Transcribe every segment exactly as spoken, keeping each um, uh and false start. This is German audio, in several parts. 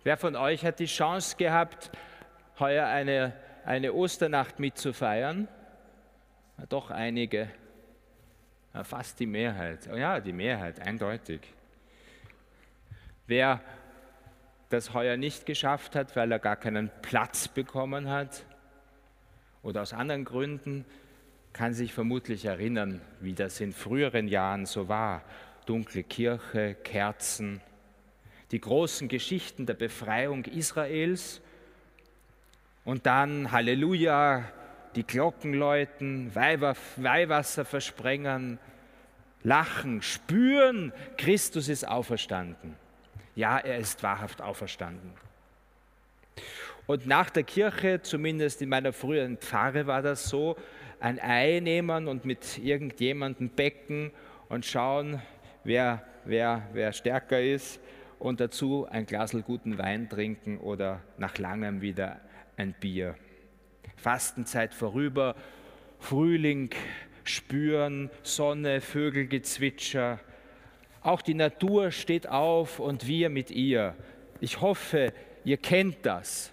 Wer von euch hat die Chance gehabt, heuer eine, eine Osternacht mitzufeiern? Ja, doch einige. Ja, fast die Mehrheit. Oh ja, die Mehrheit, eindeutig. Wer das heuer nicht geschafft hat, weil er gar keinen Platz bekommen hat oder aus anderen Gründen, kann sich vermutlich erinnern, wie das in früheren Jahren so war. Dunkle Kirche, Kerzen, die großen Geschichten der Befreiung Israels und dann Halleluja, die Glocken läuten, Weihwasser versprengern, lachen, spüren, Christus ist auferstanden. Ja, er ist wahrhaft auferstanden. Und nach der Kirche, zumindest in meiner früheren Pfarre war das so, ein Ei nehmen und mit irgendjemandem becken und schauen, wer, wer, wer stärker ist und dazu ein Glasl guten Wein trinken oder nach langem wieder ein Bier. Fastenzeit vorüber, Frühling spüren, Sonne, Vögelgezwitscher. Auch die Natur steht auf und wir mit ihr. Ich hoffe, ihr kennt das.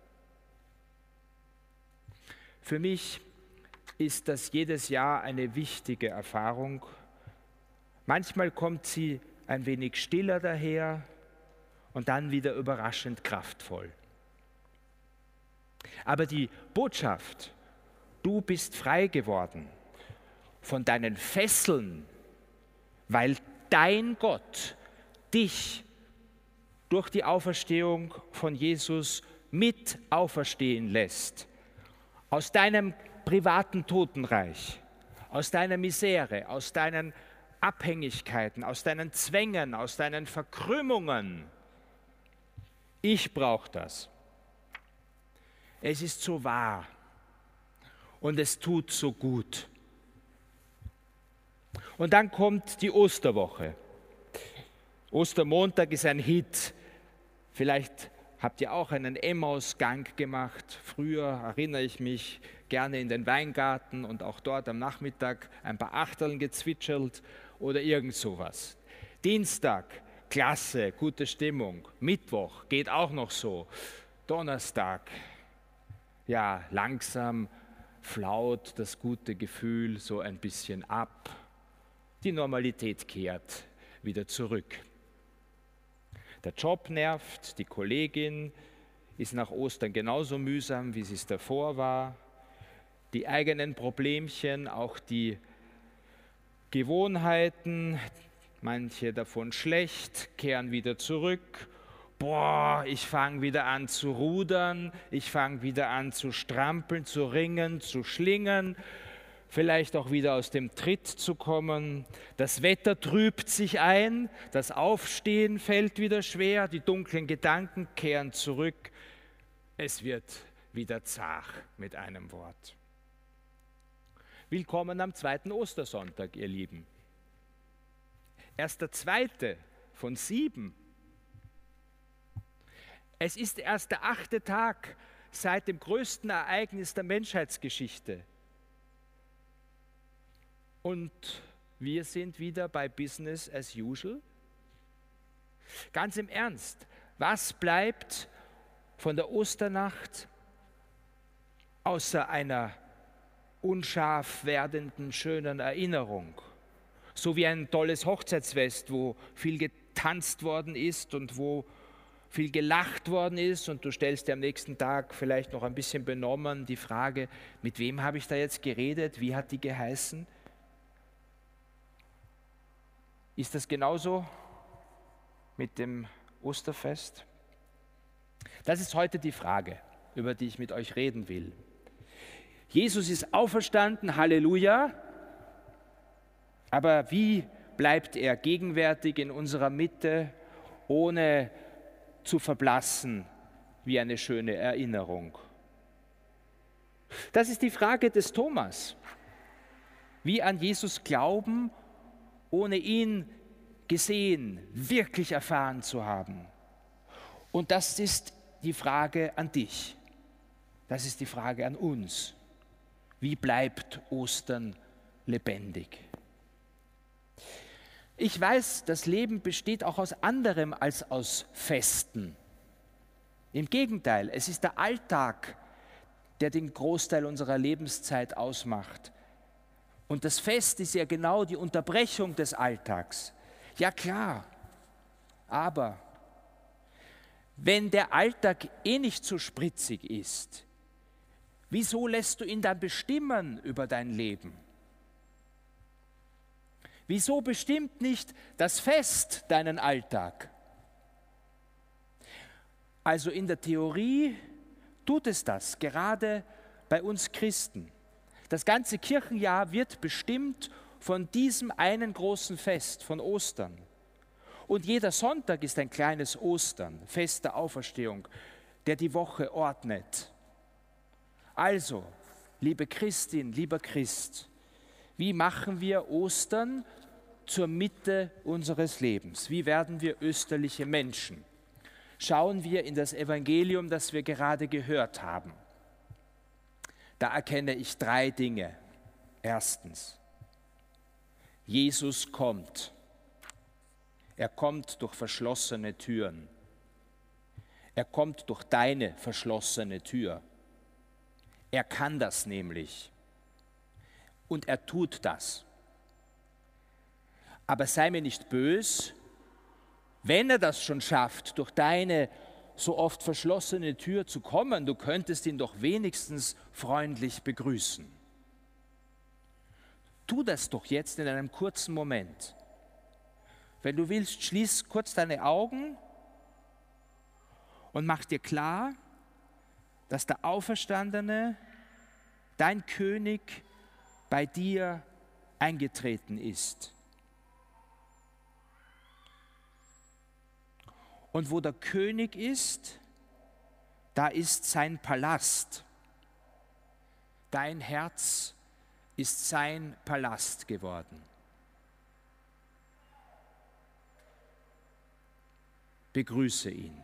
Für mich ist das jedes Jahr eine wichtige Erfahrung. Manchmal kommt sie ein wenig stiller daher und dann wieder überraschend kraftvoll. Aber die Botschaft, du bist frei geworden von deinen Fesseln, weil dein Gott dich durch die Auferstehung von Jesus mit auferstehen lässt, aus deinem privaten Totenreich, aus deiner Misere, aus deinen Abhängigkeiten, aus deinen Zwängen, aus deinen Verkrümmungen. Ich brauche das. Es ist so wahr und es tut so gut. Und dann kommt die Osterwoche. Ostermontag ist ein Hit. Vielleicht habt ihr auch einen Emmaus-Gang gemacht. Früher erinnere ich mich gerne in den Weingarten und auch dort am Nachmittag ein paar Achteln gezwitschert oder irgend sowas. Dienstag, klasse, gute Stimmung. Mittwoch geht auch noch so. Donnerstag, ja, langsam flaut das gute Gefühl so ein bisschen ab. Die Normalität kehrt wieder zurück. Der Job nervt, die Kollegin ist nach Ostern genauso mühsam, wie sie es davor war. Die eigenen Problemchen, auch die Gewohnheiten, manche davon schlecht, kehren wieder zurück. Boah, ich fange wieder an zu rudern, ich fange wieder an zu strampeln, zu ringen, zu schlingern, vielleicht auch wieder aus dem Tritt zu kommen. Das Wetter trübt sich ein, das Aufstehen fällt wieder schwer, die dunklen Gedanken kehren zurück. Es wird wieder zach mit einem Wort. Willkommen am zweiten Ostersonntag, ihr Lieben. Erst der zweite von sieben. Es ist erst der achte Tag seit dem größten Ereignis der Menschheitsgeschichte. Und wir sind wieder bei Business as usual. Ganz im Ernst, was bleibt von der Osternacht außer einer unscharf werdenden, schönen Erinnerung? So wie ein tolles Hochzeitsfest, wo viel getanzt worden ist und wo viel gelacht worden ist und du stellst dir am nächsten Tag vielleicht noch ein bisschen benommen die Frage, mit wem habe ich da jetzt geredet, wie hat die geheißen? Ist das genauso mit dem Osterfest? Das ist heute die Frage, über die ich mit euch reden will. Jesus ist auferstanden, Halleluja, aber wie bleibt er gegenwärtig in unserer Mitte, ohne zu verblassen wie eine schöne Erinnerung? Das ist die Frage des Thomas. Wie an Jesus glauben, ohne ihn gesehen, wirklich erfahren zu haben. Und das ist die Frage an dich. Das ist die Frage an uns. Wie bleibt Ostern lebendig? Ich weiß, das Leben besteht auch aus anderem als aus Festen. Im Gegenteil, es ist der Alltag, der den Großteil unserer Lebenszeit ausmacht. Und das Fest ist ja genau die Unterbrechung des Alltags. Ja klar, aber wenn der Alltag eh nicht so spritzig ist, wieso lässt du ihn dann bestimmen über dein Leben? Wieso bestimmt nicht das Fest deinen Alltag? Also in der Theorie tut es das, gerade bei uns Christen. Das ganze Kirchenjahr wird bestimmt von diesem einen großen Fest, von Ostern. Und jeder Sonntag ist ein kleines Ostern, Fest der Auferstehung, der die Woche ordnet. Also, liebe Christin, lieber Christ, wie machen wir Ostern zur Mitte unseres Lebens? Wie werden wir österliche Menschen? Schauen wir in das Evangelium, das wir gerade gehört haben. Da erkenne ich drei Dinge. Erstens, Jesus kommt. Er kommt durch verschlossene Türen. Er kommt durch deine verschlossene Tür. Er kann das nämlich. Und er tut das. Aber sei mir nicht bös, wenn er das schon schafft, durch deine so oft verschlossene Tür zu kommen, du könntest ihn doch wenigstens freundlich begrüßen. Tu das doch jetzt in einem kurzen Moment. Wenn du willst, schließ kurz deine Augen und mach dir klar, dass der Auferstandene, dein König, bei dir eingetreten ist. Und wo der König ist, da ist sein Palast. Dein Herz ist sein Palast geworden. Begrüße ihn.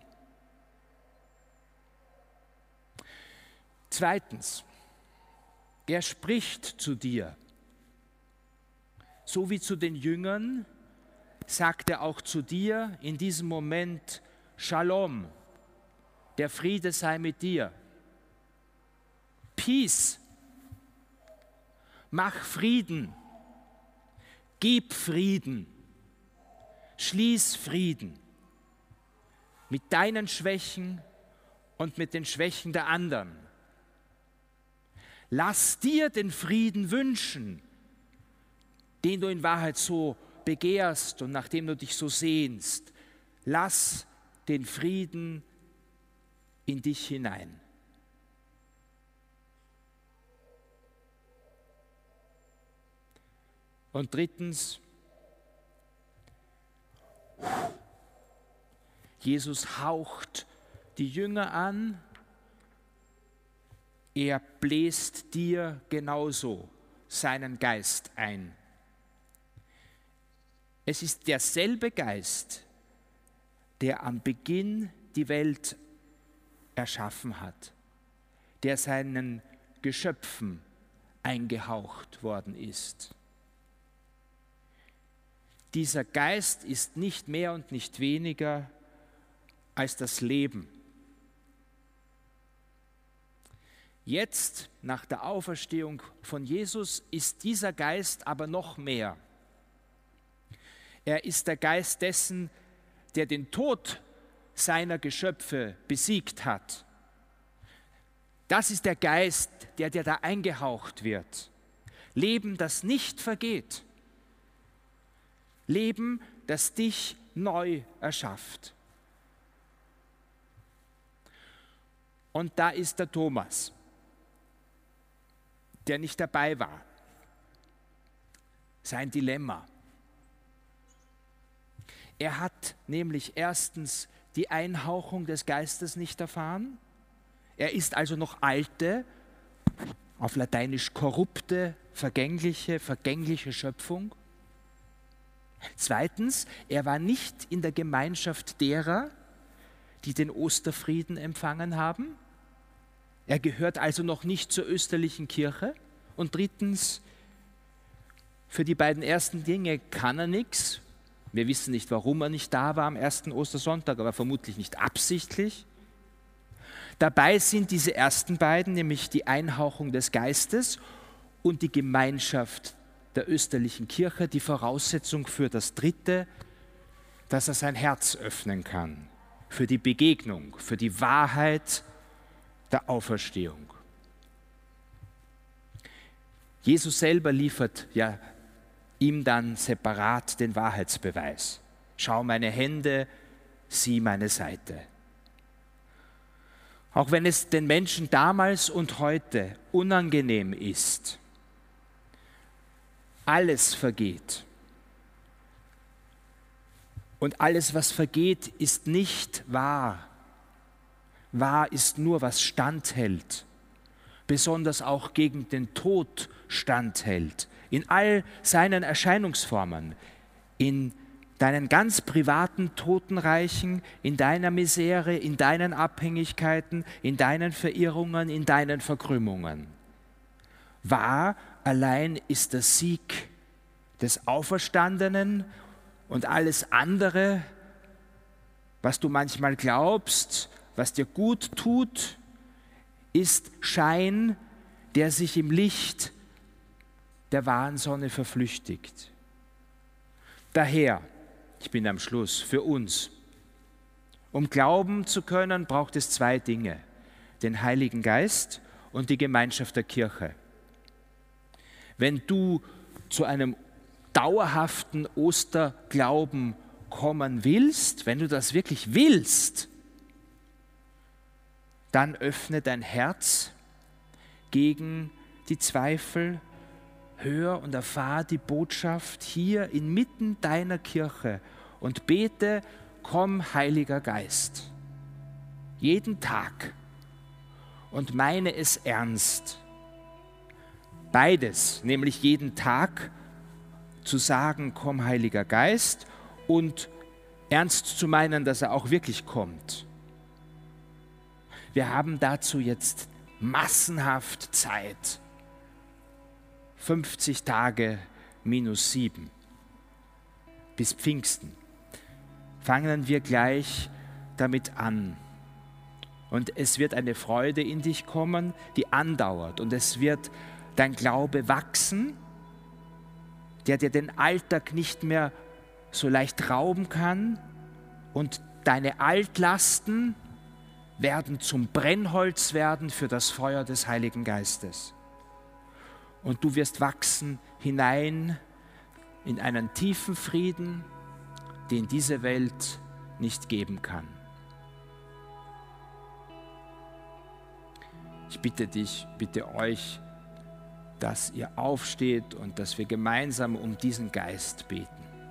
Zweitens, er spricht zu dir. So wie zu den Jüngern, sagt er auch zu dir in diesem Moment: Shalom, der Friede sei mit dir. Peace, mach Frieden, gib Frieden, schließ Frieden mit deinen Schwächen und mit den Schwächen der anderen. Lass dir den Frieden wünschen, den du in Wahrheit so begehrst und nach dem du dich so sehnst. Lass den Frieden in dich hinein. Und drittens, Jesus haucht die Jünger an, er bläst dir genauso seinen Geist ein. Es ist derselbe Geist, der am Beginn die Welt erschaffen hat, der seinen Geschöpfen eingehaucht worden ist. Dieser Geist ist nicht mehr und nicht weniger als das Leben. Jetzt, nach der Auferstehung von Jesus, ist dieser Geist aber noch mehr. Er ist der Geist dessen, der den Tod seiner Geschöpfe besiegt hat. Das ist der Geist, der dir da eingehaucht wird. Leben, das nicht vergeht. Leben, das dich neu erschafft. Und da ist der Thomas, der nicht dabei war. Sein Dilemma. Er hat nämlich erstens die Einhauchung des Geistes nicht erfahren. Er ist also noch alte, auf Lateinisch korrupte, vergängliche, vergängliche Schöpfung. Zweitens, er war nicht in der Gemeinschaft derer, die den Osterfrieden empfangen haben. Er gehört also noch nicht zur österlichen Kirche. Und drittens, für die beiden ersten Dinge kann er nichts. Wir wissen nicht, warum er nicht da war am ersten Ostersonntag, aber vermutlich nicht absichtlich. Dabei sind diese ersten beiden, nämlich die Einhauchung des Geistes und die Gemeinschaft der österlichen Kirche, die Voraussetzung für das Dritte, dass er sein Herz öffnen kann für die Begegnung, für die Wahrheit der Auferstehung. Jesus selber liefert ja ihm dann separat den Wahrheitsbeweis. Schau meine Hände, sieh meine Seite. Auch wenn es den Menschen damals und heute unangenehm ist, alles vergeht. Und alles, was vergeht, ist nicht wahr. Wahr ist nur, was standhält, besonders auch gegen den Tod standhält, in all seinen Erscheinungsformen, in deinen ganz privaten Totenreichen, in deiner Misere, in deinen Abhängigkeiten, in deinen Verirrungen, in deinen Verkrümmungen. Wahr allein ist der Sieg des Auferstandenen und alles andere, was du manchmal glaubst, was dir gut tut, ist Schein, der sich im Licht der wahren Sonne verflüchtigt. Daher, ich bin am Schluss, für uns, um glauben zu können, braucht es zwei Dinge, den Heiligen Geist und die Gemeinschaft der Kirche. Wenn du zu einem dauerhaften Osterglauben kommen willst, wenn du das wirklich willst, dann öffne dein Herz gegen die Zweifel, hör und erfahr die Botschaft hier inmitten deiner Kirche und bete, komm, Heiliger Geist, jeden Tag und meine es ernst. Beides, nämlich jeden Tag zu sagen, komm, Heiliger Geist, und ernst zu meinen, dass er auch wirklich kommt. Wir haben dazu jetzt massenhaft Zeit. fünfzig Tage minus sieben bis Pfingsten. Fangen wir gleich damit an. Und es wird eine Freude in dich kommen, die andauert. Und es wird dein Glaube wachsen, der dir den Alltag nicht mehr so leicht rauben kann. Und deine Altlasten werden zum Brennholz werden für das Feuer des Heiligen Geistes. Und du wirst wachsen hinein in einen tiefen Frieden, den diese Welt nicht geben kann. Ich bitte dich, bitte euch, dass ihr aufsteht und dass wir gemeinsam um diesen Geist beten.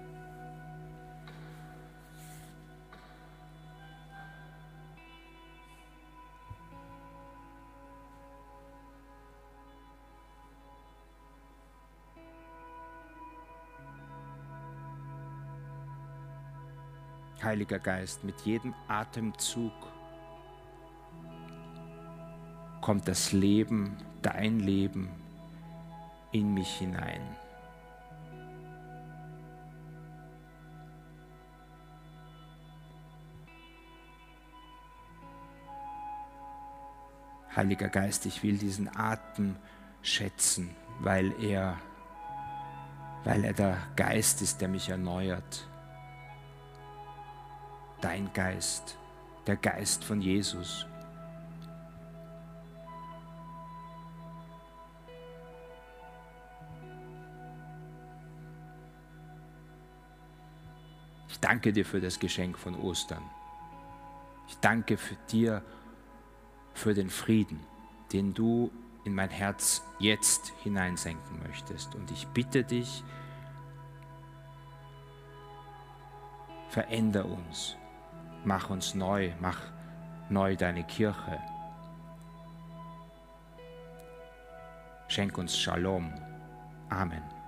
Heiliger Geist, mit jedem Atemzug kommt das Leben, dein Leben in mich hinein. Heiliger Geist, ich will diesen Atem schätzen, weil er, weil er der Geist ist, der mich erneuert. Dein Geist, der Geist von Jesus. Ich danke dir für das Geschenk von Ostern. Ich danke für dir für den Frieden, den du in mein Herz jetzt hineinsenken möchtest. Und ich bitte dich, veränder uns. Mach uns neu, mach neu deine Kirche. Schenk uns Shalom. Amen.